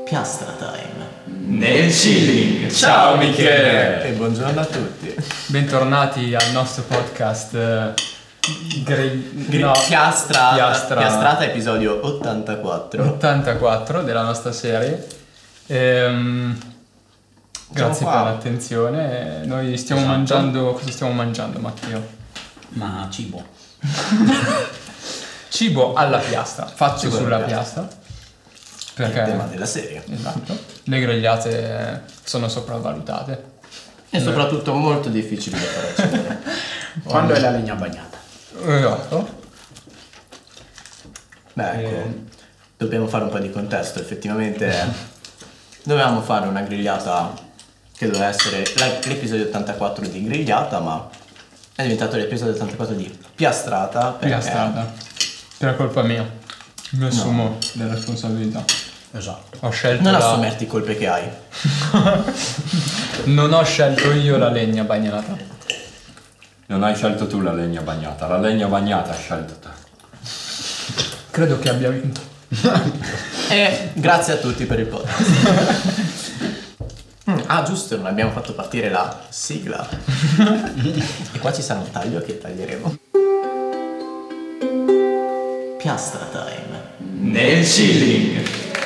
Piastra Time. Nel chilling. Ciao Michele. E buongiorno a tutti. Bentornati al nostro podcast Piastrata, episodio 84 della nostra serie. Grazie per l'attenzione. Noi stiamo mangiando. Cosa stiamo mangiando, Matteo? Ma cibo. Cibo alla piastra, fatto Cibo sulla alla piastra. Perché? Il tema della serie. Esatto. Le grigliate sono sopravvalutate. E soprattutto molto difficili da fare accendere. Quando è la legna bagnata? Esatto. Beh, ecco, dobbiamo fare un po' di contesto. Effettivamente dovevamo fare una grigliata che doveva essere l'episodio 84 di grigliata, ma è diventato l'episodio 84 di piastrata. Piastrata. Per colpa mia. Mi assumo le responsabilità. Esatto. Ho scelto Non assumerti colpe che hai. Non ho scelto io la legna bagnata. Non hai scelto tu la legna bagnata hai scelto te. Credo che abbia vinto. E grazie a tutti per il podcast. Ah, giusto, non abbiamo fatto partire la sigla. E qua ci sarà un taglio che taglieremo. Piastra Time. Nel chilling.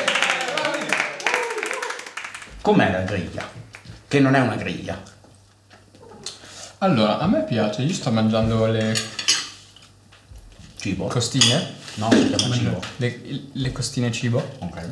Com'è la griglia? Che non è una griglia. Allora, a me piace, io sto mangiando le Cibo? costine. No, si chiama cibo. Le costine cibo. Ok.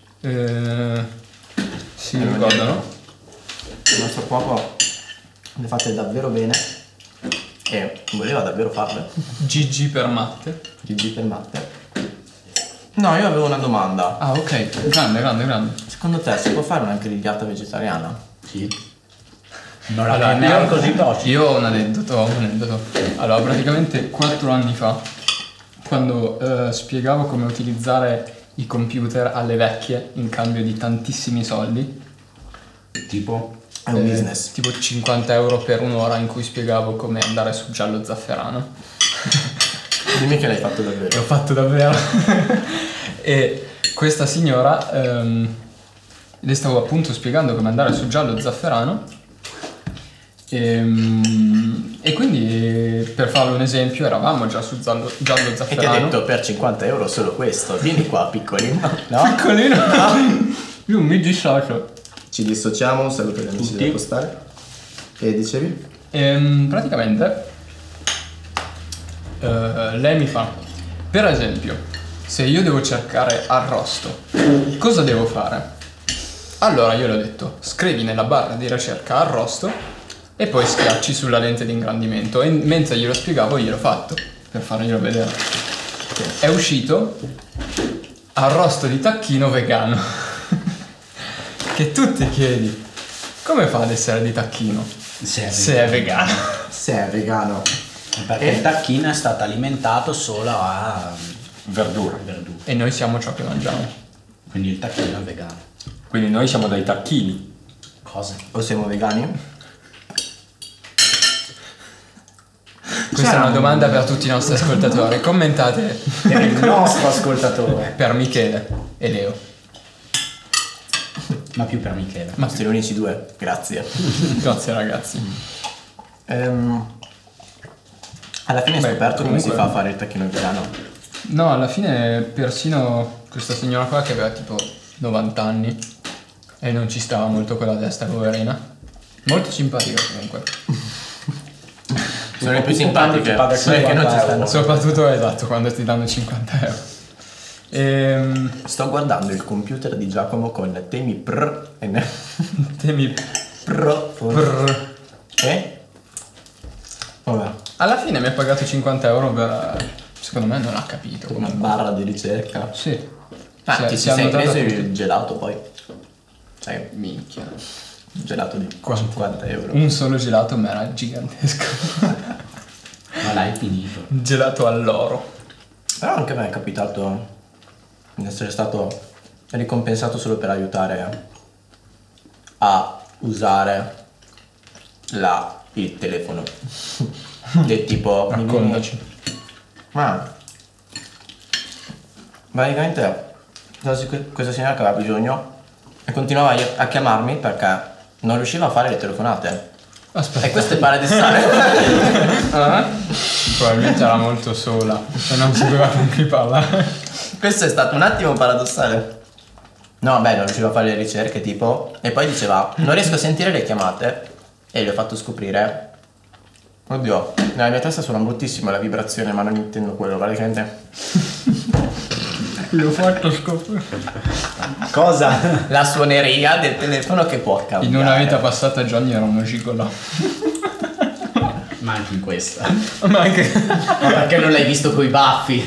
Si ricordano? Il nostro cuoco le fate davvero bene e voleva davvero farle. GG per matte. GG per matte. No, io avevo una domanda. Ah, ok. Grande. Secondo te si può fare una grigliata vegetariana? Sì. Non la Allora, chiamiamo così veloce. io ho un aneddoto. Allora, praticamente 4 anni fa, quando spiegavo come utilizzare i computer alle vecchie in cambio di tantissimi soldi, Tipo? È un business. tipo 50 euro per un'ora in cui spiegavo come andare su giallo zafferano. Dimmi che l'hai fatto davvero. L'ho fatto davvero. E questa signora, le stavo appunto spiegando come andare su giallo zafferano. E quindi, per farle un esempio, eravamo già su giallo E ti ha zafferano. detto per 50 euro solo questo. Vieni qua, piccolino. No? Piccolino. Io mi dissocio. Ci dissociamo, un saluto agli amici da postare. Che dicevi? Praticamente lei mi fa, per esempio, se io devo cercare arrosto, cosa devo fare? Allora io le ho detto, scrivi nella barra di ricerca arrosto e poi schiacci sulla lente di ingrandimento, e mentre glielo spiegavo gliel'ho fatto per farglielo vedere. È uscito arrosto di tacchino vegano. Che tu ti chiedi, come fa ad essere di tacchino se è vegano? Se è vegano. Perché il tacchino è stato alimentato solo a Verdura. E noi siamo ciò che mangiamo. Quindi il tacchino è vegano. Quindi noi siamo dei tacchini. Cosa? O siamo vegani? Questa è una domanda per tutti i nostri ascoltatori. Commentate Per il nostro ascoltatore. per Michele e Leo. Ma più per Michele. Ma siete gli unici due. Grazie. Grazie ragazzi. Alla fine hai scoperto come si comunque- fa a fare il tacchino vegano? No, alla fine persino questa signora qua che aveva tipo 90 anni e non ci stava molto con la testa, poverina. Molto simpatica comunque. Sono le più Quando ti simpatiche. paga Quelle che non ci 50 stanno. euro. Soprattutto esatto, quando ti danno 50 euro. Sto guardando il computer di Giacomo con temi Temi pro. E? Vabbè, Alla fine mi ha pagato 50 euro per... Secondo me non ha capito una comunque. barra di ricerca. Sì. Ti si è sei annotata preso tutti. il gelato poi? Sai, Minchia. un gelato di Quanto? 50 euro. Un solo gelato ma era gigantesco. Ma l'hai finito. Un gelato all'oro. Però anche a me è capitato di essere stato ricompensato solo per aiutare a usare il telefono. Del tipo... Raccontaci. Ma praticamente questa signora che aveva bisogno e continuava a chiamarmi perché non riusciva a fare le telefonate. Aspetta. E questo è paradossale. Probabilmente era molto sola e non sapeva con chi parlare. Questo è stato un attimo paradossale. No, beh, non riusciva a fare le ricerche tipo. E poi diceva, non riesco a sentire le chiamate. E gli ho fatto scoprire. Oddio, nella mia testa suona bruttissimo la vibrazione, ma non intendo quello, praticamente. Gli ho fatto scoprire. Cosa? La suoneria del telefono che può cambiare. In una vita passata Johnny era uno gigolò. Ma anche in questa. Ma anche... Ma perché non l'hai visto coi baffi?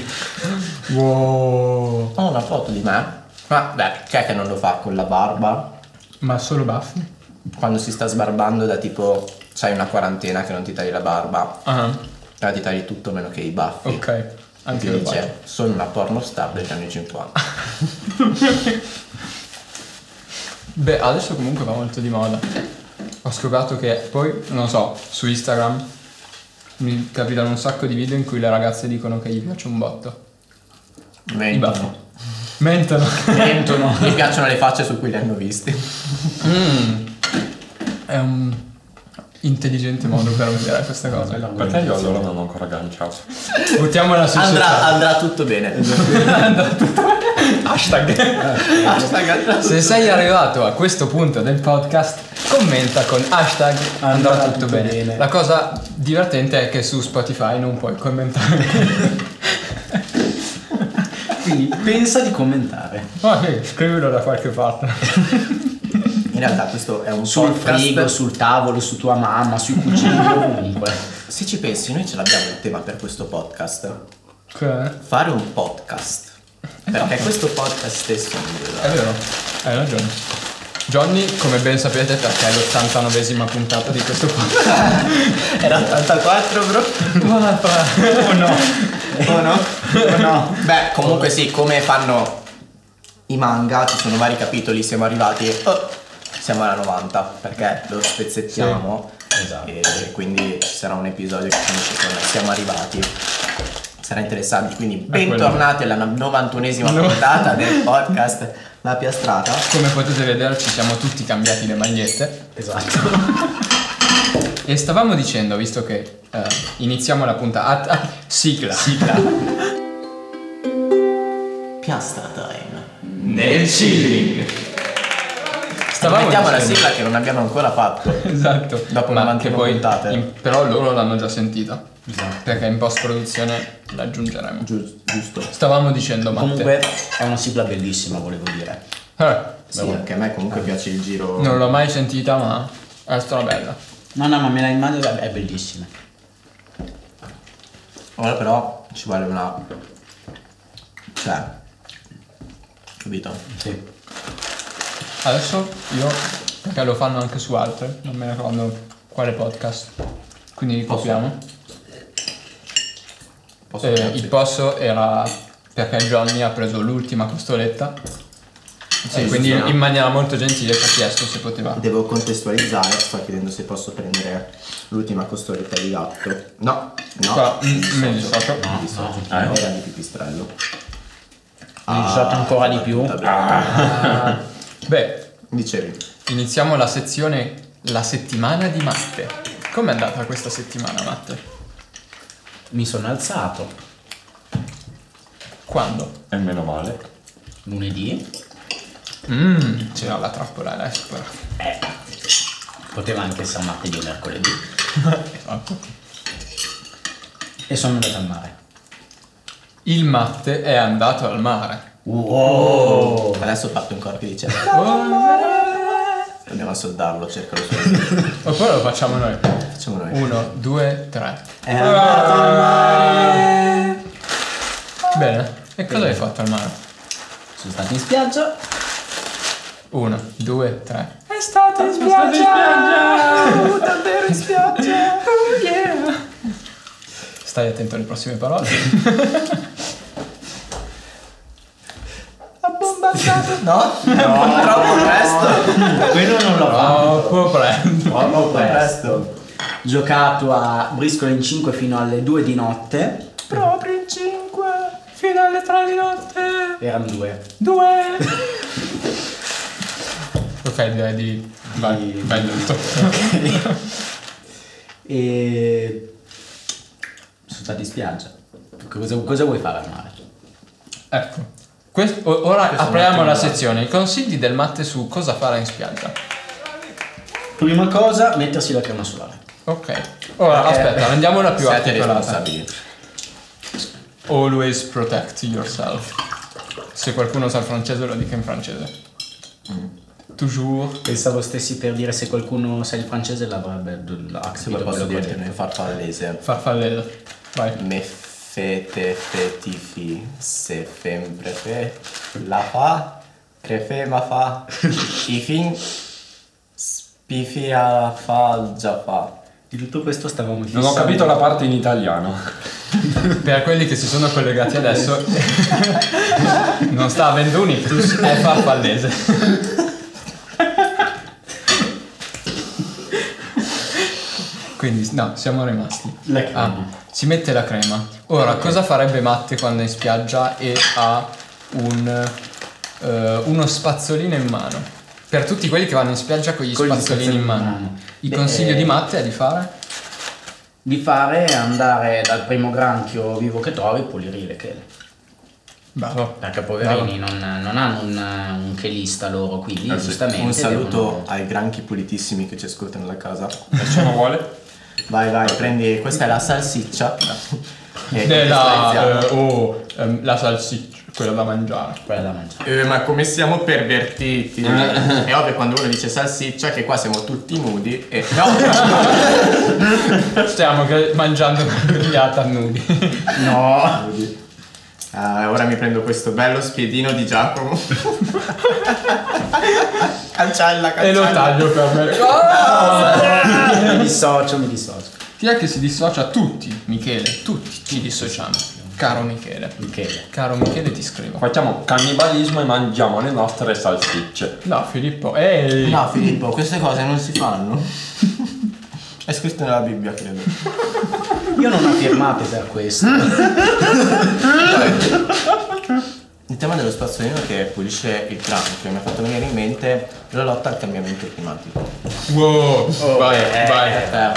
Wow. Ho una foto di me. Ma beh, chi è che non lo fa con la barba? Ma solo baffi? Quando si sta sbarbando da tipo, sai, una quarantena che non ti tagli la barba. Ah, Allora ti tagli tutto meno che i baffi. ok. Anche Ti io dice, faccio. sono una pornostar degli anni 50. Beh, adesso comunque va molto di moda. Ho scoperto che poi, non so, su Instagram mi capitano un sacco di video in cui le ragazze dicono che gli piace un botto. I baffi. Mentono. Mentono. Mi piacciono le facce su cui li hanno visti. È un intelligente modo per vedere queste cose. Perché io allora non ho ancora agganciato? Buttiamola su Andrà tutto bene. Hashtag. Se sei arrivato a questo punto del podcast, commenta con hashtag andrà tutto bene. La cosa divertente è che su Spotify non puoi commentare. Quindi pensa di commentare. Ma sì, scrivilo da qualche parte. In realtà questo è un Sul podcast. frigo, sul tavolo, su tua mamma, sui cugini, ovunque. Se ci pensi, noi ce l'abbiamo il tema per questo podcast. Che? Fare un podcast. Perché questo podcast stesso non È vero, hai ragione. Johnny, come ben sapete, perché è l'89esima puntata di questo podcast. era 84, bro. Oh no. O no? Oh no. Beh, comunque sì, come fanno i manga, ci sono vari capitoli, siamo arrivati. Siamo alla 90 perché lo spezzettiamo. Sì, esatto. E quindi ci sarà un episodio che finisce con siamo arrivati. Sarà interessante, quindi bentornati alla 91esima puntata del podcast La Piastrata. Come potete vedere ci siamo tutti cambiati le magliette. Esatto. E stavamo dicendo, visto che iniziamo la puntata. Sigla. Piastra time. Nel chilling. Mettiamo la sigla che non abbiamo ancora fatto. Esatto. Dopo Ma 91 che poi puntate. però loro l'hanno già sentita. Esatto. Perché in post produzione l'aggiungeremo. Giusto. Stavamo dicendo, Matte. Comunque è una sigla bellissima, volevo dire. Sì, anche a me comunque piace il giro. Non l'ho mai sentita, ma è strabella. No, ma me la immagino, è bellissima. Ora però ci vuole una. Cioè. Capito? Sì. Adesso io, perché lo fanno anche su altre, non me ne ricordo quale podcast. Quindi li copiamo. Posso Il posso era perché Johnny ha preso l'ultima costoletta. Sì, quindi giusto. in maniera molto gentile ci ha chiesto se poteva. Devo contestualizzare, sto chiedendo se posso prendere l'ultima costoletta di gatto. No, Qua, mi dissocio. Mi dissocio. Era di pipistrello. Mi dissocio ancora di più. Beh, Dicevi. iniziamo la sezione La settimana di Matte. Com'è andata questa settimana, Matte? Mi sono alzato Quando? E meno male. lunedì. C'era la trappola adesso però. Poteva anche essere martedì o mercoledì. Esatto. E sono andato al mare. Il Matte è andato al mare. Wow. Adesso parto un corpo che dice. Andiamo a soldarlo, cercalo su. Oppure lo facciamo noi. Facciamo noi. 1, 2, 3. Bene. E cosa hai fatto al mare? Sono stato in spiaggia. 1, 2, 3. È stato in spiaggia! Davvero in spiaggia! Oh yeah! Stai attento alle prossime parole. Ha bombazzato! No? No, troppo presto! Quello non l'ho fatto. Troppo presto. Troppo presto! Giocato a briscola in 5 fino alle 2 di notte. Proprio in 5. Fino alle 3 di notte. Erano 2. 2. Ok, direi vai detto. E sono stati in spiaggia. Cosa vuoi fare al mare? Ecco. Ora Questo apriamo è un la ottimo sezione. I consigli del Matte su cosa fare in spiaggia. Prima cosa, mettersi la crema solare. Ok. Ora aspetta, andiamola più Siete articolata. responsabili. Always protect yourself. Se qualcuno sa il francese lo dica in francese. Toujours. Pensavo stessi per dire se qualcuno sa il francese l'avrebbe Se poi posso dirti nel farfallese. Farfallese. Vai. Me fete fetifi se fem prefe la fa crefe ma fa i fin spifi a fa già fa. Di tutto questo stavamo Non ho capito la parte in italiano. Per quelli che si sono collegati adesso, non sta avendo un ictus, è farfallese. Quindi, no, siamo rimasti. La crema. Si mette la crema. Ora, cosa farebbe Matte quando è in spiaggia e ha uno spazzolino in mano? Per tutti quelli che vanno in spiaggia con gli spazzolini in mano. Il consiglio di Matte è di fare? Di fare andare dal primo granchio vivo che trovi e pulire le chele. Bravo. Perché poverini non hanno un chelista loro, quindi sì. giustamente Un saluto devono- ai granchi pulitissimi che ci ascoltano da casa. Nessuno vuole? Vai, prendi, questa è la salsiccia. E La salsiccia, quella da mangiare. quella da mangiare. ma come siamo pervertiti? È ovvio quando uno dice salsiccia che qua siamo tutti nudi e Stiamo mangiando una grigliata nudi. No! ora mi prendo questo bello spiedino di Giacomo. Cancella. E lo taglio per me. mi dissocio. Chi è che si dissocia? Tutti, Michele. Tutti ci dissociamo. Caro Michele. Caro Michele, ti scrivo. Facciamo cannibalismo e mangiamo le nostre salsicce. No, Filippo. Ehi! No, Filippo, queste cose non si fanno. È scritto nella Bibbia, credo. Io non ho firmato per questo. Il tema dello spazzolino che pulisce il granchio mi ha fatto venire in mente la lotta al cambiamento climatico. Wow! Vai. Vai.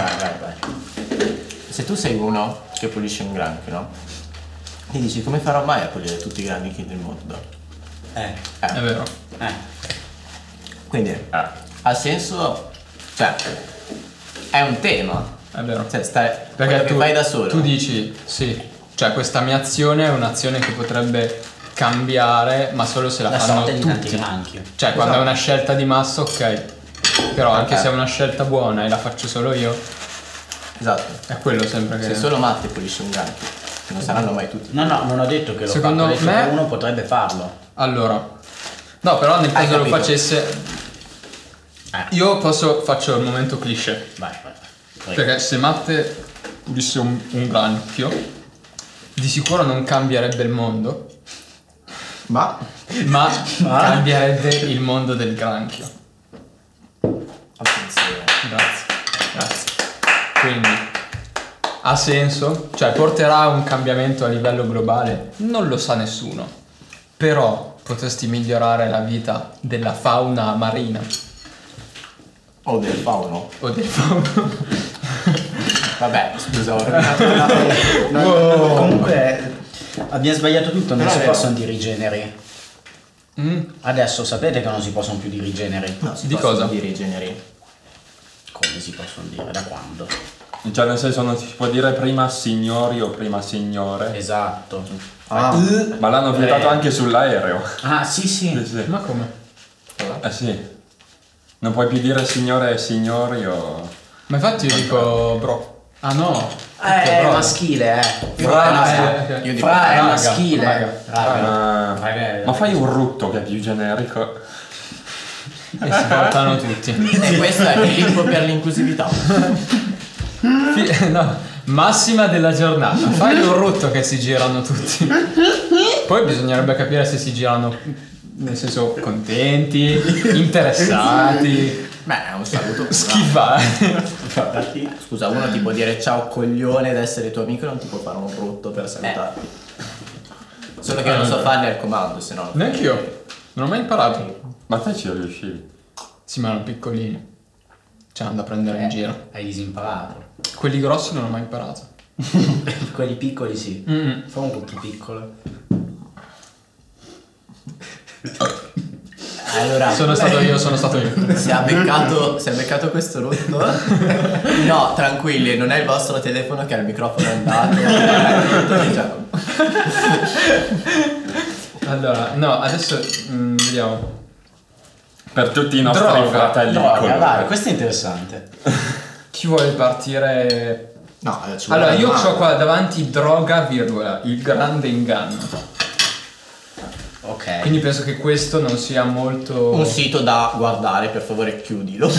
Se tu sei uno che pulisce un granchio, no? Ti dici come farò mai a pulire tutti i granchi del mondo? È vero. Quindi ha senso, cioè è un tema, È vero. cioè stai Perché quello che fai da solo. Tu dici, sì, cioè questa mia azione è un'azione che potrebbe cambiare, ma solo se la fanno sorte di tanti tutti. granchi. Cioè, quando è una scelta di massa, ok. Però anche se è una scelta buona e la faccio solo io, Esatto. è quello sempre che... Se solo Matte pulisce un granchio, che non saranno mai tutti. No, non ho detto che lo Secondo fa, ho detto me- che uno potrebbe farlo. Allora, no, però nel caso lo capito. facesse, io faccio il momento cliché. Vai. Perché se Matte pulisse un granchio, di sicuro non cambierebbe il mondo, Ma ma cambierebbe il mondo del granchio. attenzione. Grazie. Quindi ha senso? Cioè porterà un cambiamento a livello globale? Non lo sa nessuno. Però potresti migliorare la vita della fauna marina O del fauno. o del fauno. Vabbè, scusa, ho rovinato una- Comunque abbiamo sbagliato tutto, non Però si è vero. possono dire i generi. Adesso sapete che non si possono più dire i generi. No, si Di possono cosa? dire i generi. Come si possono dire? Da quando? Cioè nel senso non si può dire prima signori o prima signore. Esatto. Ma l'hanno vietato anche sull'aereo. Ah, sì. Sì. Ma come? Eh sì. Non puoi più dire signore e signori o... Ma infatti io dico bro. Ah no. È bro. maschile, Raga. Io dico Fra è raga, maschile. raga. Raga. Ma fai un rutto che è più generico. E si portano tutti. E questo è Filippo per l'inclusività. No, massima della giornata. Fai un rutto che si girano tutti. Poi bisognerebbe capire se si girano, nel senso, contenti, interessati, Beh, è un saluto. schifati. Scusa, uno ti può dire ciao coglione ed essere tuo amico e non ti può fare un rutto per salutarti. Solo che non so farli al comando, se no. Neanche io. Non ho mai imparato. Ma te ci riuscivi? Sì, ma erano piccolini. Cioè, andando a prendere in giro. Hai disimparato. Quelli grossi non ho mai imparato. Quelli piccoli sì. Fa un po' più piccolo. Allora, Sono stato io. si è beccato questo rotto? No, tranquilli, non è il vostro telefono che ha il microfono andato. Allora, no, adesso vediamo. Per tutti i nostri Droga, fratelli Droga, piccoli. vai, questo è interessante. Chi vuole partire? No, ci vuole Allora, io una mano. ho qua davanti droga, virgola, il grande inganno. Ok. Quindi penso che questo non sia molto... Un sito da guardare, per favore chiudilo.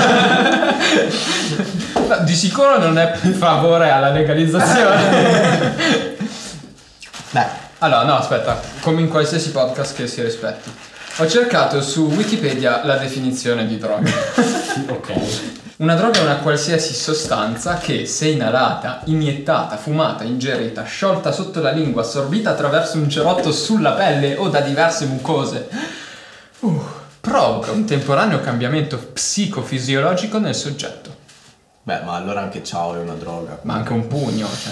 No, di sicuro non è favore alla legalizzazione. Beh, Allora, no, aspetta, come in qualsiasi podcast che si rispetti. Ho cercato su Wikipedia la definizione di droga. Ok. Una droga è una qualsiasi sostanza che, se inalata, iniettata, fumata, ingerita, sciolta sotto la lingua, assorbita attraverso un cerotto sulla pelle o da diverse mucose, provoca un temporaneo cambiamento psicofisiologico nel soggetto. beh, ma allora anche ciao è una droga. Ma anche un pugno, cioè.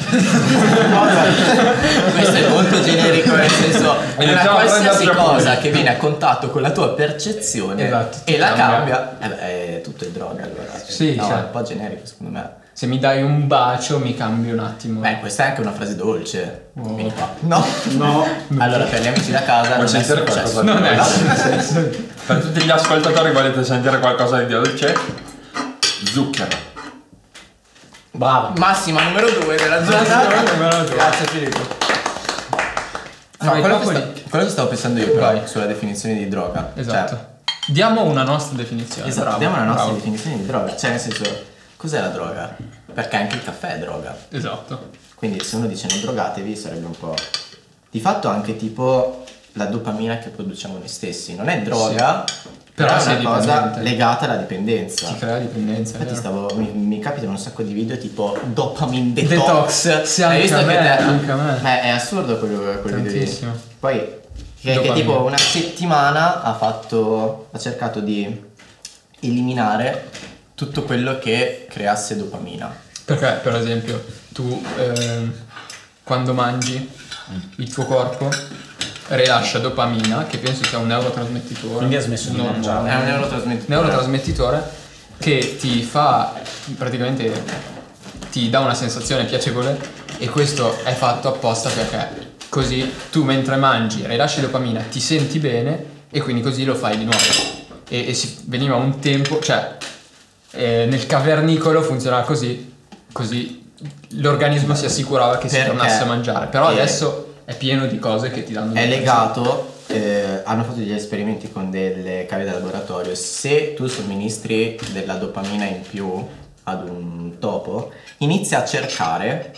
Questo è molto generico, nel senso E una diciamo, qualsiasi prendi cosa altri che viene a contatto con la tua percezione Esatto, ti e la cambia. cambia, beh, tutto è droga allora. Sì, no, cioè. è un po' generico secondo me. Se mi dai un bacio mi cambi un attimo. Beh, questa è anche una frase dolce. Oh. Vieni qua. No. Allora, per gli amici da casa Vuoi non è sentire successo. qualcosa? Non è nulla. Per tutti gli ascoltatori volete sentire qualcosa di dolce? Zucchero. Bravo. Massima numero 2 della giornata. numero due. Grazie Filippo. No, Ah, i quello, che popoli- quello che stavo pensando io però Vai. sulla definizione di droga. Esatto. Cioè, Diamo una nostra definizione. esatto, bravo, diamo la nostra bravo. definizione di droga. Cioè, nel senso, cos'è la droga? Perché anche il caffè è droga. Esatto. Quindi se uno dice non drogatevi sarebbe un po'... Di fatto anche tipo la dopamina che produciamo noi stessi. Non è droga, però Però è sei una cosa dipendente. legata alla dipendenza. Ti crea dipendenza. Infatti vero? mi capitano un sacco di video tipo dopamine Detox. detox. Sì, Hai anche visto a che me, te- anche a me. Beh, è assurdo quel video lì. Tantissimo. Poi che Dopamine. tipo una settimana ha cercato di eliminare tutto quello che creasse dopamina. Perché, per esempio, tu quando mangi, il tuo corpo rilascia dopamina, che penso sia un neurotrasmettitore. Quindi ha smesso di normale. mangiare. È un neurotrasmettitore. Neurotrasmettitore che ti fa, praticamente ti dà una sensazione piacevole, e questo è fatto apposta perché così tu mentre mangi rilasci dopamina, ti senti bene e quindi così lo fai di nuovo. E veniva un tempo, cioè nel cavernicolo funzionava così l'organismo si assicurava che si Perché? tornasse a mangiare, però Eh. adesso è pieno di cose che ti danno È delle legato, hanno fatto degli esperimenti con delle cave da laboratorio. Se tu somministri della dopamina in più ad un topo, inizia a cercare,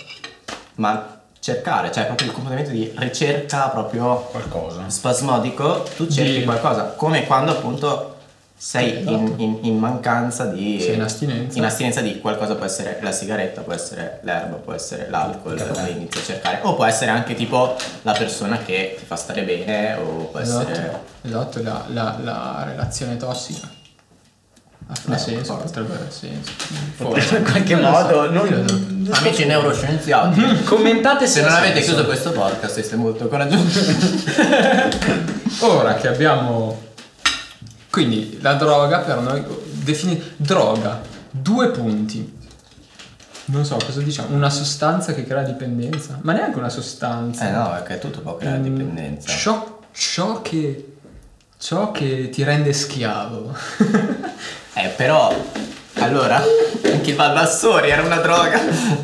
cioè proprio il comportamento di ricerca proprio Qualcosa. spasmodico, tu cerchi Di- qualcosa, come quando appunto sei in mancanza di... Sei in astinenza. in astinenza di qualcosa, può essere la sigaretta, può essere l'erba, può essere l'alcol, e inizi a cercare, o può essere anche tipo la persona che ti fa stare bene, o può essere... Esatto, la relazione tossica. Ha senso, forse. potrebbe avere senso. In qualche modo. Amici neuroscienziati, Commentate se non avete chiuso questo podcast siete molto coraggiosi. Ora che abbiamo... Quindi la droga per noi... droga, 2 punti. Non so cosa diciamo. Una sostanza che crea dipendenza. Ma neanche una sostanza. No, perché tutto può creare dipendenza. Ciò che ti rende schiavo. Però, allora, anche il Valvassori era una droga.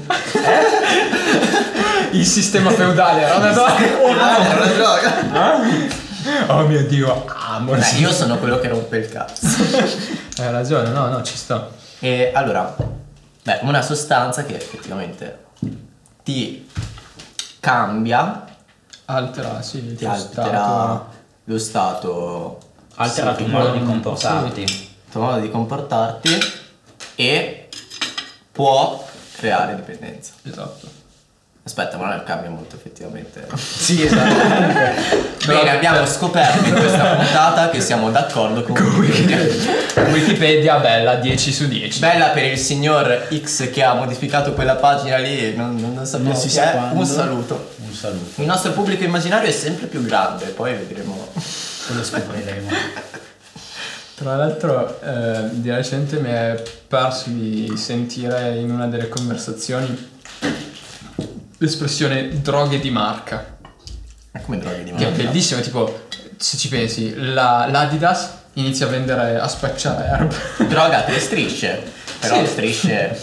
Il sistema feudale era una droga. Era una droga. Oh mio Dio, amo. Io sono quello che rompe il cazzo. Hai ragione, no, ci sta. E allora, una sostanza che effettivamente ti cambia, Altera, sì, il ti tuo altera stato. lo stato, Altera il tuo modo di comportarti. il tuo modo di comportarti e può creare dipendenza. Esatto. Aspetta, ma non cambia molto effettivamente. Sì, esatto. Bene, abbiamo scoperto in questa puntata che siamo d'accordo con Wikipedia. Wikipedia bella, 10 su 10. Bella per il signor X che ha modificato quella pagina lì e non sappiamo Non si chi sa è. quando. Un saluto. Un saluto. Il nostro pubblico immaginario è sempre più grande, poi vedremo. Poi lo scopriremo. Tra l'altro di recente mi è parso di sentire in una delle conversazioni l'espressione droghe di marca. È come droghe di Che è marca. bellissimo, tipo se ci pensi, l'Adidas inizia a vendere, a spacciare erba. Droga, tre strisce. Però Sì. strisce.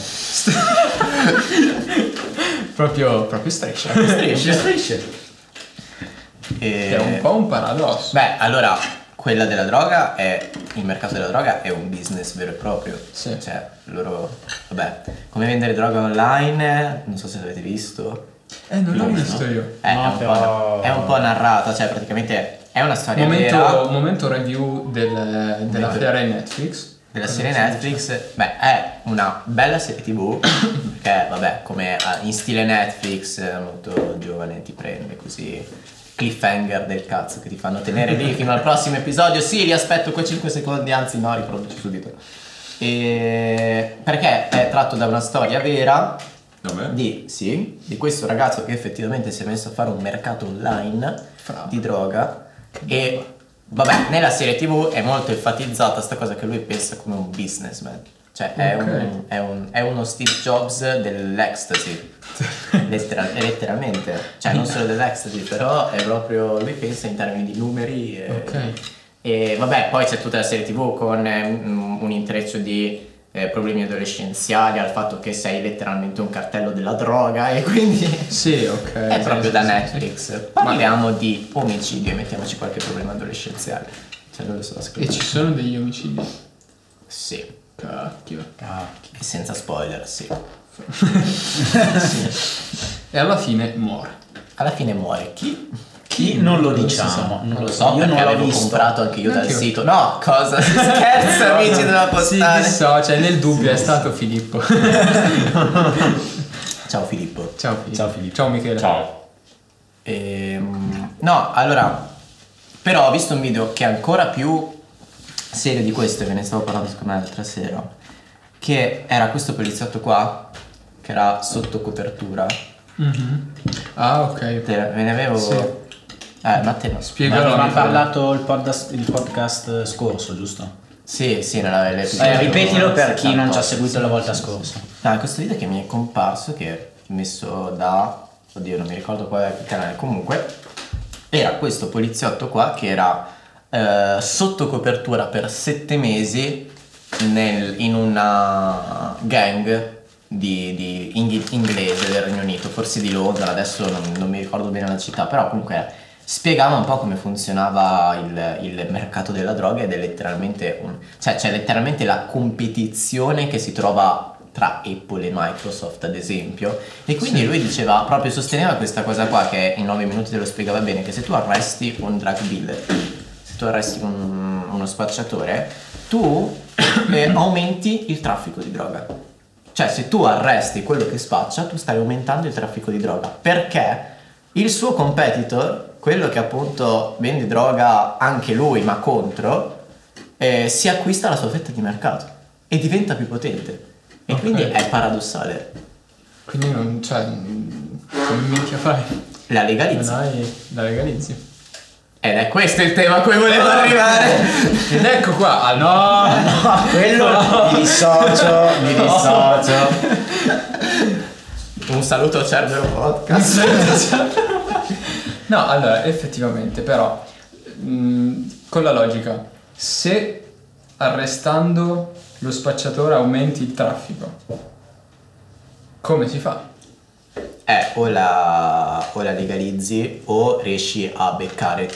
proprio striscia. Strisce. Che è un po' un paradosso. Beh, allora, quella della droga è. Il mercato della droga è un business vero e proprio. Sì. Cioè, loro. Vabbè, come vendere droga online, non so se l'avete visto. Non l'ho No, visto no. io. È, No, un però- è un po' narrata, cioè praticamente è una storia vera Momento review della Momento- serie Netflix. della serie Netflix. Beh, è una bella serie TV che, vabbè, come in stile Netflix, molto giovane, ti prende così. Cliffhanger del cazzo che ti fanno tenere lì fino al prossimo episodio. Sì, li aspetto quei 5 secondi, anzi no, riproduci subito. Perché è tratto da una storia vera Vabbè. di questo ragazzo che effettivamente si è messo a fare un mercato online di droga. E vabbè, nella serie TV è molto enfatizzata sta cosa che lui pensa come un businessman. Cioè è uno Steve Jobs dell'ecstasy. Letteralmente. Cioè non solo dell'ecstasy, però è proprio. Lui pensa in termini di numeri e vabbè, poi c'è tutta la serie TV con un intreccio di problemi adolescenziali, al fatto che sei letteralmente un cartello della droga e quindi Sì, ok. è proprio sì, da sì, Netflix. Parliamo di omicidio e mettiamoci qualche problema adolescenziale. Cioè dove sono sì. E ci sono degli omicidi. Sì, Cacchio. e senza spoiler, sì. E alla fine muore. Alla fine muore chi? Chi non lo Non si diciamo, sa. non lo Io so. Io non l'ho avevo visto. comprato anche io dal Neanch'io. sito. No, cosa? Scherzo, amici della Si postale. dissocia, nel dubbio è stato Filippo. Ciao Filippo. Ciao Filippo. Ciao, Filippo. Ciao Michele. Ciao. No, allora, però ho visto un video che è ancora più serio di questo, ve ne stavo parlando secondo me l'altra sera, che era questo poliziotto qua, che era sotto copertura. Mhm. Ah, ok. Ve ne avevo. Sì. Ma te no. Spiegalo. Ma ha Michele. parlato il podcast scorso, giusto? Sì, nell'episodio. Ripetilo per chi non ci ha 78, seguito sì, la volta sì, scorsa. sì. No, questo video che mi è comparso, che è messo da. Oddio, non mi ricordo qual è il canale. Comunque, era questo poliziotto qua che era sotto copertura per 7 mesi in una gang di inglese del Regno Unito, forse di Londra, adesso non mi ricordo bene la città, però comunque spiegava un po' come funzionava il mercato della droga ed è letteralmente c'è letteralmente la competizione che si trova tra Apple e Microsoft ad esempio, e quindi lui diceva, proprio sosteneva questa cosa qua, che in 9 minuti te lo spiegava bene, che se tu arresti un drug dealer, se tu arresti uno spacciatore, tu aumenti il traffico di droga. Cioè se tu arresti quello che spaccia, tu stai aumentando il traffico di droga, perché il suo competitor, quello che appunto vende droga anche lui ma contro, si acquista la sua fetta di mercato e diventa più potente. E Ok. quindi è paradossale. Quindi non, cioè, come minchia fai? La Non legalizza. hai, la legalizzi. Ed è questo il tema a cui volevo arrivare. Ed ecco qua, No, quello mi dissocio. Un saluto a Cerbero Podcast. No, allora, effettivamente, però, con la logica, se arrestando lo spacciatore aumenti il traffico, come si fa? O la legalizzi o riesci a beccare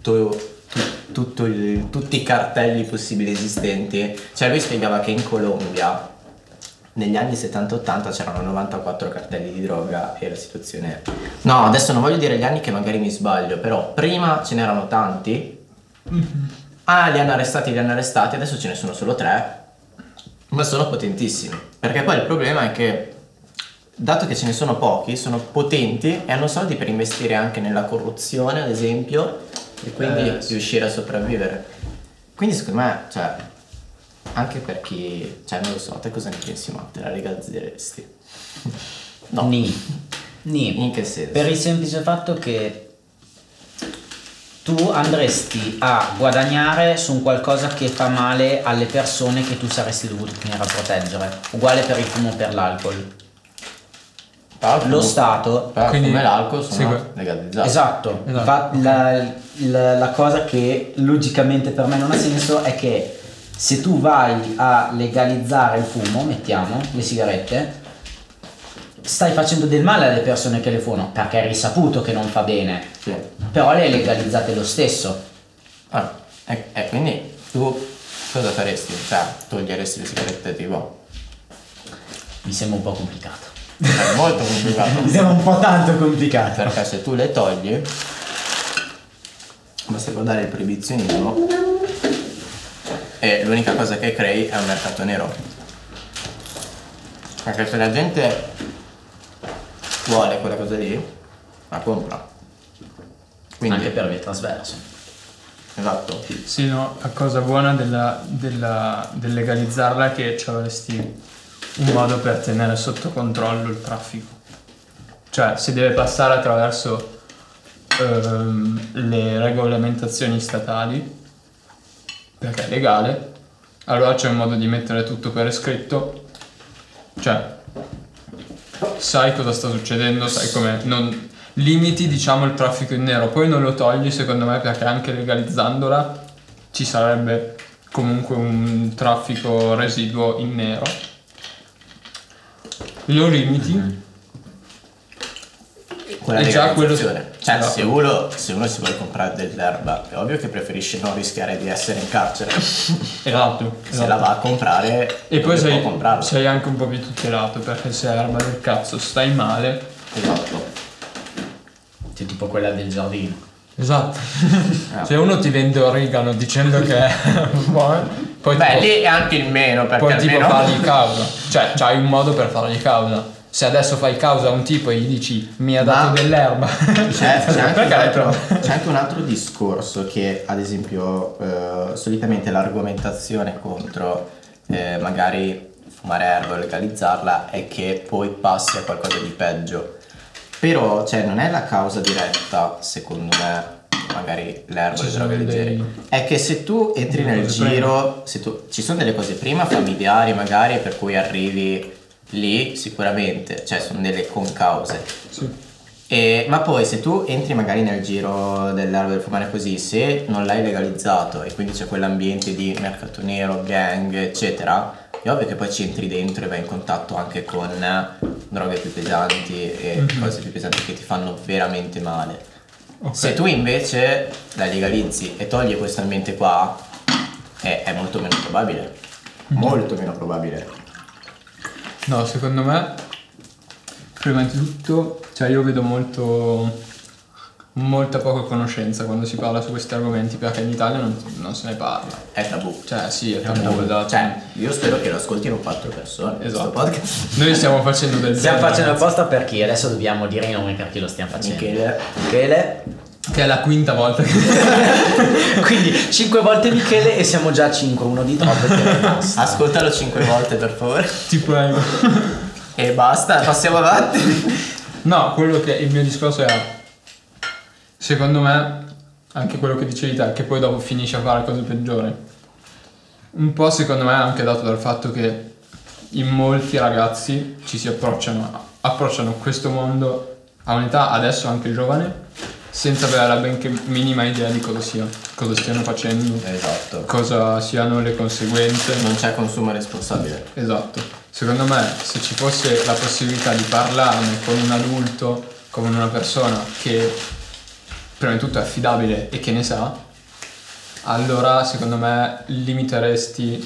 tutti i cartelli possibili esistenti. Cioè lui spiegava che in Colombia negli anni 70-80 c'erano 94 cartelli di droga e la situazione. No, adesso non voglio dire gli anni che magari mi sbaglio, però prima ce n'erano tanti. Li hanno arrestati, adesso ce ne sono solo 3, ma sono potentissimi. Perché poi il problema è che dato che ce ne sono pochi, sono potenti e hanno soldi per investire anche nella corruzione, ad esempio, e quindi riuscire a sopravvivere. Quindi secondo me, cioè, anche per chi, cioè non lo so, te cosa ne pensi, ma te la legalizzeresti? No. Ni. In che senso? Per il semplice fatto che tu andresti a guadagnare su un qualcosa che fa male alle persone che tu saresti dovuto venire a proteggere. Uguale per il fumo o per l'alcol. Lo Stato, però quindi- come l'alcol sono segue. legalizzati. esatto, Esatto. la cosa che logicamente per me non ha senso è che se tu vai a legalizzare il fumo, mettiamo, le sigarette, stai facendo del male alle persone che le fumano, perché è risaputo che non fa bene, Sì. però le legalizzate lo stesso. Ah, e quindi tu cosa faresti? Cioè, toglieresti le sigarette tipo? Mi sembra un po' complicato. È molto complicato. Mi sembra un po' tanto complicato. Perché se tu le togli, basta guardare il proibizionismo e l'unica cosa che crei è un mercato nero. Perché se la gente vuole quella cosa lì, la compra. Quindi, Anche per vie trasverse. esatto. Sì, no, la cosa buona del legalizzarla è che ci avresti un modo per tenere sotto controllo il traffico. Cioè, si deve passare attraverso le regolamentazioni statali, perché è legale, allora c'è un modo di mettere tutto per iscritto, cioè sai cosa sta succedendo, sai come non limiti, diciamo, il traffico in nero, poi non lo togli secondo me perché anche legalizzandola ci sarebbe comunque un traffico residuo in nero, lo limiti. Quella È già quello- legalizzazione. Cioè, esatto. se uno si vuole comprare dell'erba, è ovvio che preferisce non rischiare di essere in carcere. Esatto, Se la va a comprare, e poi può comprarla. sei anche un po' più tutelato perché se è erba del cazzo stai male. Esatto. Cioè, tipo quella del giardino. Esatto. Se uno ti vende origano dicendo che è poi Beh, tipo, lì è anche il meno, perché poi tipo almeno... fargli causa. Cioè, c'hai un modo per fargli causa. Se adesso fai causa a un tipo e gli dici mi ha dato dell'erba, C'è anche, perché un l'hai altro, trovato? c'è anche un altro discorso che, ad esempio, solitamente l'argomentazione contro magari fumare erba o legalizzarla è che poi passi a qualcosa di peggio. Però, cioè, non è la causa diretta, secondo me, magari l'erba Ci o le sono droghe leggere. dei- È che se tu entri delle nel cose giro, se tu, ci sono delle cose prima familiari magari per cui arrivi lì sicuramente, cioè sono delle concause. Sì. Ma poi se tu entri magari nel giro dell'erba del fumare così, se non l'hai legalizzato e quindi c'è quell'ambiente di mercato nero, gang, eccetera, è ovvio che poi ci entri dentro e vai in contatto anche con droghe più pesanti e cose più pesanti che ti fanno veramente male. Ok. Se tu invece la legalizzi e togli questo ambiente qua, è molto meno probabile. Molto meno probabile. No, secondo me, prima di tutto, cioè io vedo molta poca conoscenza quando si parla su questi argomenti perché in Italia non se ne parla. È tabù. Cioè sì, è tabù, esatto. Cioè, io spero che lo ascoltino 4 persone. Esatto. Questo podcast. Noi stiamo facendo del Stiamo bene, facendo ragazzi. apposta per chi? Adesso dobbiamo dire i nomi per chi lo stiamo facendo. Michele. Che è la quinta volta che... Quindi 5 volte Michele e siamo già a 5, uno di troppo e basta. Ascoltalo 5 volte per favore. Ti prego. E basta, passiamo avanti. No, quello che il mio discorso è, secondo me, anche quello che dicevi te, che poi dopo finisci a fare cose peggiori. Un po' secondo me è anche dato dal fatto che in molti ragazzi ci si approcciano questo mondo a un'età adesso anche giovane, senza avere la benché minima idea di cosa stiano facendo, Esatto. cosa siano le conseguenze. Non c'è consumo responsabile. Esatto. Secondo me, se ci fosse la possibilità di parlarne con un adulto, con una persona che prima di tutto è affidabile e che ne sa, allora secondo me limiteresti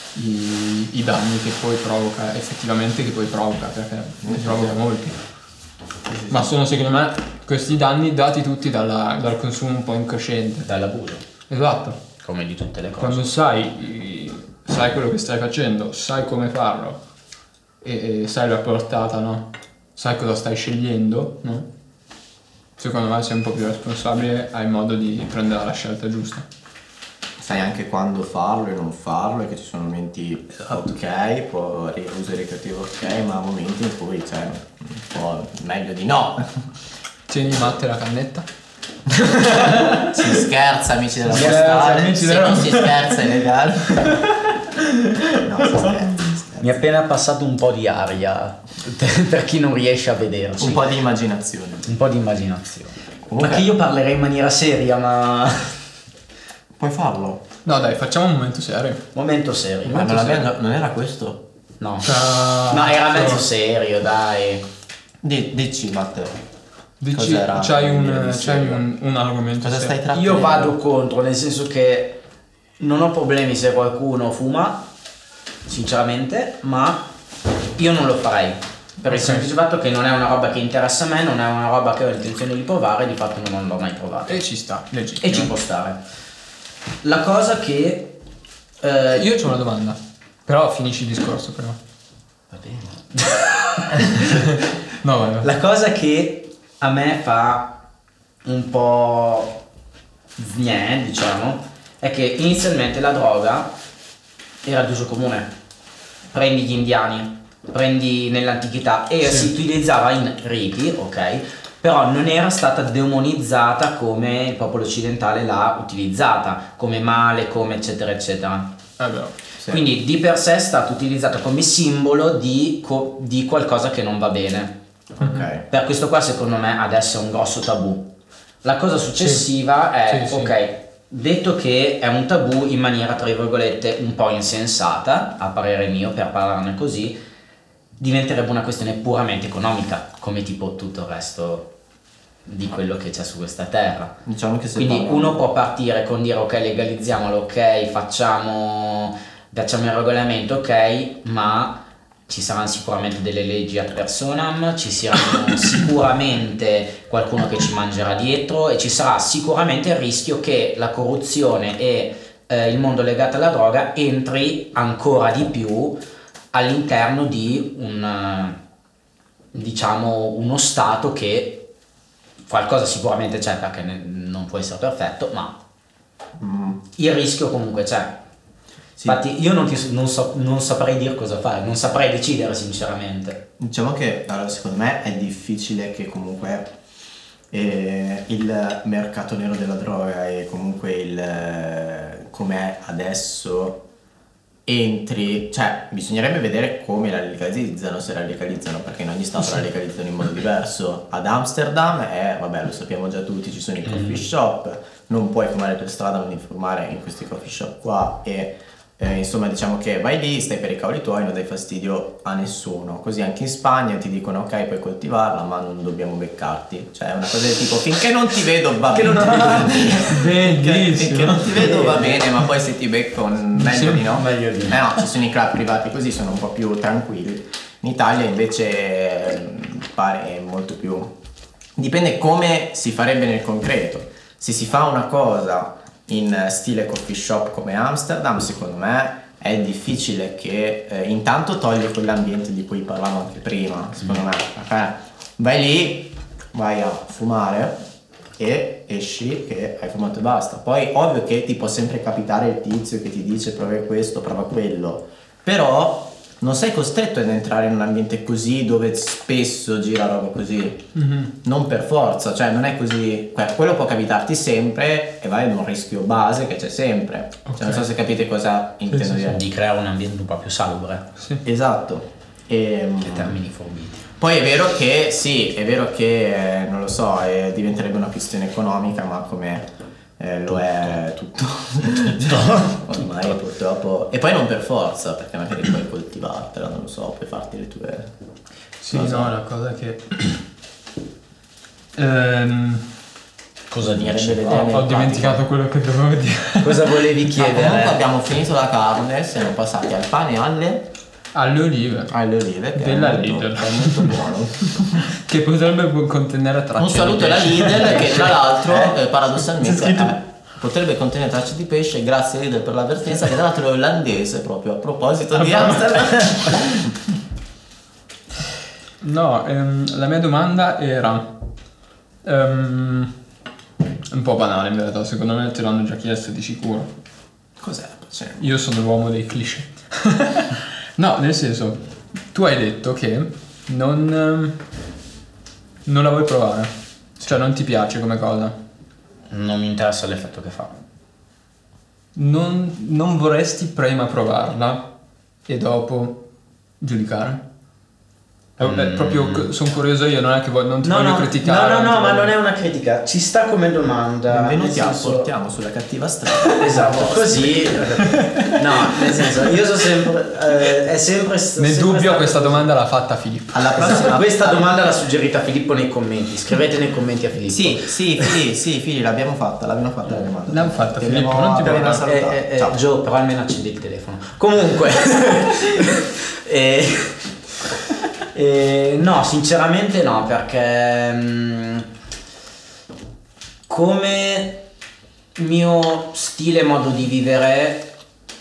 i danni che poi provoca, effettivamente che poi provoca, perché ne provoca molti. Ma sono secondo me questi danni dati tutti dal consumo un po' incosciente. Dall'abuso, Esatto. come di tutte le cose. Quando sai quello che stai facendo, sai come farlo e sai la portata, no? sai cosa stai scegliendo, no? Secondo me sei un po' più responsabile, hai modo di prendere la scelta giusta. Sai anche quando farlo e non farlo, e che ci sono momenti ok, uso ricreativo ok, ma momenti in cui cioè un po' meglio di no. Tieni Matte la cannetta. Si scherza, amici della Si scherza, postale, amici se della- non si scherza è legale. No, si scherza. Mi è appena passato un po' di aria per chi non riesce a vederci. Un po' di immaginazione. Un po' di immaginazione. Comunque- Ma che io parlerei in maniera seria, ma Puoi farlo. No dai, facciamo un momento serio. momento serio. Ma non era questo? No. Cioè, No, era mezzo serio, dai. Dici Matteo. Dici, Cos'era? c'hai Di serio? un argomento Cosa serio. stai trattando? Io vado contro, nel senso che non ho problemi se qualcuno fuma, sinceramente, ma io non lo farei. Per il Ok. semplice fatto che non è una roba che interessa a me, non è una roba che ho intenzione di provare, di fatto non l'ho mai provato. E ci sta, legittimo. E ci può stare. La cosa che Io ho una domanda, però finisci il discorso prima. va bene. No, vai. La cosa che a me fa un po' gnè, diciamo, è che inizialmente la droga era d'uso comune. Prendi gli indiani, prendi nell'antichità e si utilizzava in riti, ok? Però non era stata demonizzata come il popolo occidentale l'ha utilizzata, come male, come eccetera eccetera. È vero. Sì. Quindi di per sé è stata utilizzata come simbolo di qualcosa che non va bene. Ok. Per questo qua secondo me adesso è un grosso tabù. La cosa successiva è, Sì, sì. ok, detto che è un tabù in maniera tra virgolette un po' insensata, a parere mio, per parlarne così, diventerebbe una questione puramente economica, come tipo tutto il resto di quello che c'è su questa terra. Diciamo che se Quindi parliamo- uno può partire con dire ok, legalizziamolo, ok, facciamo il regolamento, ok, ma ci saranno sicuramente delle leggi ad personam, ci saranno sicuramente qualcuno che ci mangerà dietro e ci sarà sicuramente il rischio che la corruzione e il mondo legato alla droga entri ancora di più all'interno di uno stato che qualcosa sicuramente c'è, perché non può essere perfetto, ma il rischio comunque c'è. Sì. Infatti io non saprei dire cosa fare, non saprei decidere sinceramente. Diciamo che allora, secondo me è difficile che comunque il mercato nero della droga e comunque il com'è adesso entri, cioè bisognerebbe vedere come la legalizzano, se la legalizzano, perché in ogni stato la legalizzano in modo diverso. Ad Amsterdam vabbè, lo sappiamo già tutti, ci sono i coffee shop, non puoi fumare per strada, non devi fumare in questi coffee shop qua e insomma diciamo che vai lì, stai per i cavoli tuoi, non dai fastidio a nessuno. Così anche in Spagna ti dicono ok, puoi coltivarla ma non dobbiamo beccarti, cioè è una cosa del tipo finché non ti vedo va bene. Finché non ti vedo va bene, ma poi se ti becco meglio di no. Meglio di no. No, ci sono i club privati così, sono un po' più tranquilli. In Italia invece pare molto più, dipende come si farebbe nel concreto. Se si fa una cosa in stile coffee shop come Amsterdam, secondo me è difficile che intanto toglie quell'ambiente di cui parlavamo anche prima, secondo me, perché vai lì, vai a fumare e esci che hai fumato e basta. Poi ovvio che ti può sempre capitare il tizio che ti dice prova questo, prova quello, però non sei costretto ad entrare in un ambiente così dove spesso gira roba così. Non per forza, cioè non è così, quello può capitarti sempre e vai ad un rischio base che c'è sempre. Cioè, non so se capite cosa intendo sì, dire. Di creare un ambiente un po' più salubre, Esatto. che termini forbiti. Poi è vero che sì, è vero che non lo so, diventerebbe una questione economica, ma come lo è tutto. Ormai purtroppo. E poi non per forza, perché magari puoi coltivartela, non lo so, puoi farti le tue. Sì, cosa. no, la cosa che... Cosa Bisognerebbe dici? vedere nel ho pratico. dimenticato quello che dovevo dire. Cosa volevi Ma comunque chiedere? abbiamo finito la carne, siamo passati al pane e Alle olive, alle olive, che Della è molto, Lidl. è molto buono. che potrebbe contenere tracce Un saluto di alla pesce. Lidl che tra l'altro C'è paradossalmente scritto- potrebbe contenere tracce di pesce. Grazie Lidl per l'avvertenza, che tra l'altro è olandese proprio a proposito di Amsterdam. No, la mia domanda era un po' banale in verità, secondo me te l'hanno già chiesto di sicuro. Cos'è? Cioè, Io sono l'uomo dei cliché. No, nel senso, tu hai detto che non la vuoi provare. Cioè non ti piace come cosa. Non mi interessa l'effetto che fa. Non vorresti prima provarla e dopo giudicare? Proprio sono curioso io, non è che non ti voglio criticare. No, ma non è una critica, ci sta come domanda. benvenuti nel a senso- portiamo sulla cattiva strada. Esatto, così. No, nel senso, io sono sempre. È sempre. Nel sempre dubbio stato- questa domanda l'ha fatta Filippo. Alla Esatto, prossima. questa domanda l'ha suggerita Filippo nei commenti. Scrivete nei commenti a Filippo. Fili, l'abbiamo fatta la domanda. L'abbiamo fatta, Ti Filippo, abbiamo non ti appena preoccupare. salutato. Ciao. Gio, però almeno accendi il telefono. Comunque. No, sinceramente no, perché come mio stile e modo di vivere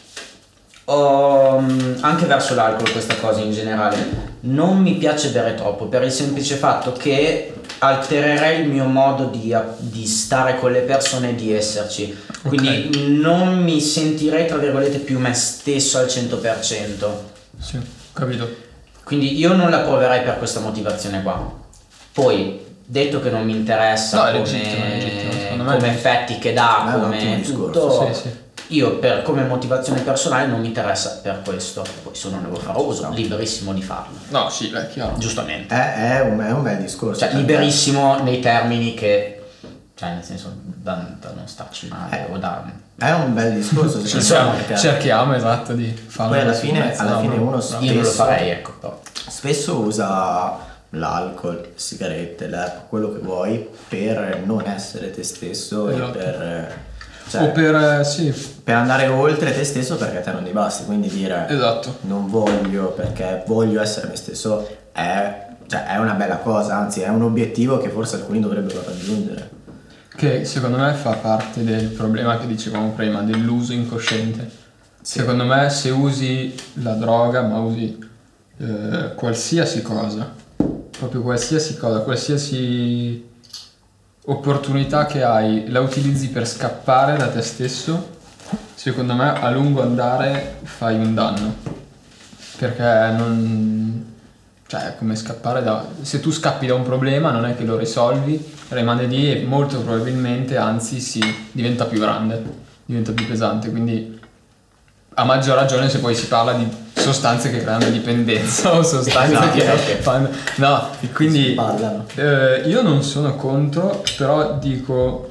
ho anche verso l'alcol questa cosa in generale. Non mi piace bere troppo per il semplice fatto che altererei il mio modo di stare con le persone e di esserci. Quindi non mi sentirei tra virgolette più me stesso al 100%. Sì, capito. Quindi io non la proverei per questa motivazione qua. Poi, detto che non mi interessa No, è come, legittimo, secondo me. come effetti che dà, È un come ottimo discorso, tutto, sì. io come motivazione personale non mi interessa per questo. Poi sono negofaroso, liberissimo di farlo. No, sì, è chiaro. Giustamente. È un bel discorso. Cioè, liberissimo nei termini che, cioè nel senso da non starci male o da... È un bel discorso. Cerchiamo, perché cerchiamo esatto di farlo. poi alla fine uno Io non lo spesso, farei, ecco. Però. spesso usa l'alcol, le sigarette, quello che vuoi per non essere te stesso Esatto. e per, cioè, O per sì, per andare oltre te stesso perché a te non ti basti. Quindi dire esatto. non voglio perché voglio essere me stesso è una bella cosa, anzi è un obiettivo che forse alcuni dovrebbero raggiungere. Che secondo me fa parte del problema che dicevamo prima, dell'uso incosciente. Sì. Secondo me se usi la droga, ma usi qualsiasi cosa, proprio qualsiasi cosa, qualsiasi opportunità che hai, la utilizzi per scappare da te stesso, secondo me a lungo andare fai un danno. Perché non... Cioè, è come scappare da... Se tu scappi da un problema non è che lo risolvi, rimane lì e molto probabilmente, anzi, diventa più grande, diventa più pesante. Quindi, a maggior ragione se poi si parla di sostanze che creano dipendenza o sostanze che fanno... No, quindi Si ballano. io non sono contro, però dico...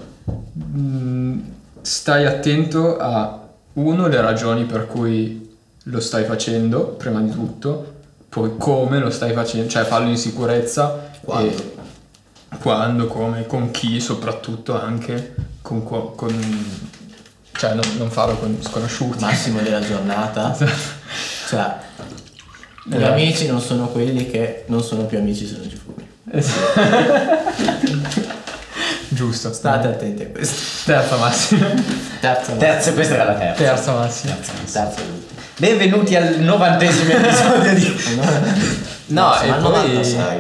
stai attento a, uno, le ragioni per cui lo stai facendo, prima di tutto, poi come lo stai facendo, cioè fallo in sicurezza. Quando, come, con chi, soprattutto anche cioè non farlo con sconosciuti. Massimo della giornata. Cioè, gli Esatto. amici non sono quelli che non sono più amici se non ci fumi. Giusto. State attenti a questo. Terza massima. Terza, questa era la terza. Terza massima. Terza ultima. Benvenuti al 90° episodio di... No, e ma poi 96.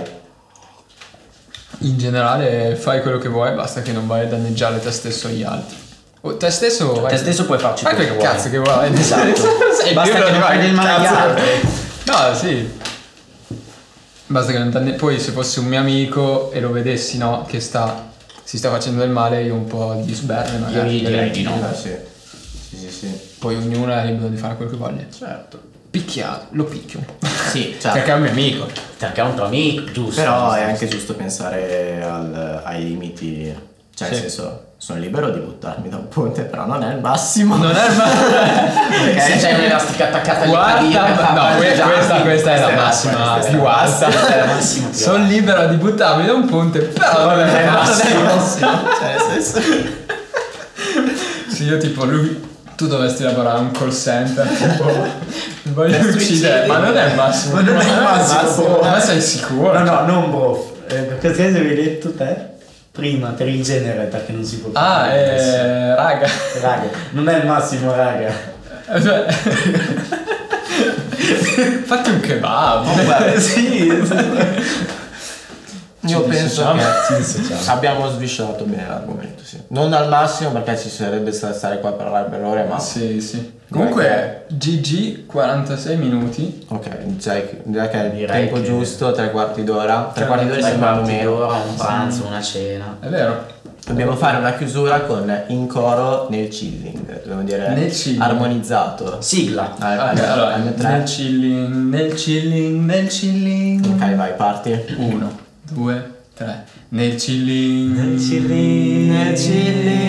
in generale fai quello che vuoi, basta che non vai a danneggiare te stesso e gli altri. O te stesso vai. Te stesso puoi farci Fai quello quel che vuoi. cazzo che vuoi. Esatto. Sei Basta più che non fai del male agli cazzo. altri. No, sì. Basta che non poi se fosse un mio amico e lo vedessi, no, che si sta facendo del male, io un po' di sberle Io magari. gli direi di no. Sì. Poi ognuno è libero di fare quello che voglia. Certo. Picchiato, lo picchio. Sì, cioè, Perché è un mio amico. Perché è un tuo amico, giusto. però è anche giusto pensare ai limiti. Cioè, Sì. nel senso, sono libero di buttarmi da un ponte, però non è il massimo. Non è il Se c'è un'elastica attaccata lì Quarta, no, questa è la massima questa è più la alta. Questa è la massima più Sono libero di buttarmi da un ponte, però non è il massimo. Cioè, nel senso, Sì, io tipo tu dovresti lavorare a un call center, tipo, mi voglio Per uccidere, ma non è il massimo. Ma non è il massimo. Ma sei sicuro? No, non bro. Cosa avevi detto te? Prima, per il genere, perché non si può più Ah, dire adesso. raga. Raga, non è il massimo, raga. Cioè, Fatti un kebab. Guarda, Sì, io penso dissociamo. che ci dissociamo. abbiamo sviscerato bene l'argomento, sì. Non al massimo perché ci sarebbe stare qua a parlare per ore, ma Sì. Comunque GG 46 minuti. ok, direi che è il Direi tempo che- giusto, 3/4 d'ora. 3/4 d'ora Tre sembrano quarti meno. d'ora, un pranzo, una cena. È vero. Dobbiamo fare una chiusura con in coro nel chilling, dobbiamo dire Nel chilling. armonizzato. Sigla. Ok, allora, al mio tre. nel chilling. Ok, vai, parti. 1, 2, 3. Nel chilling. Nel chilling.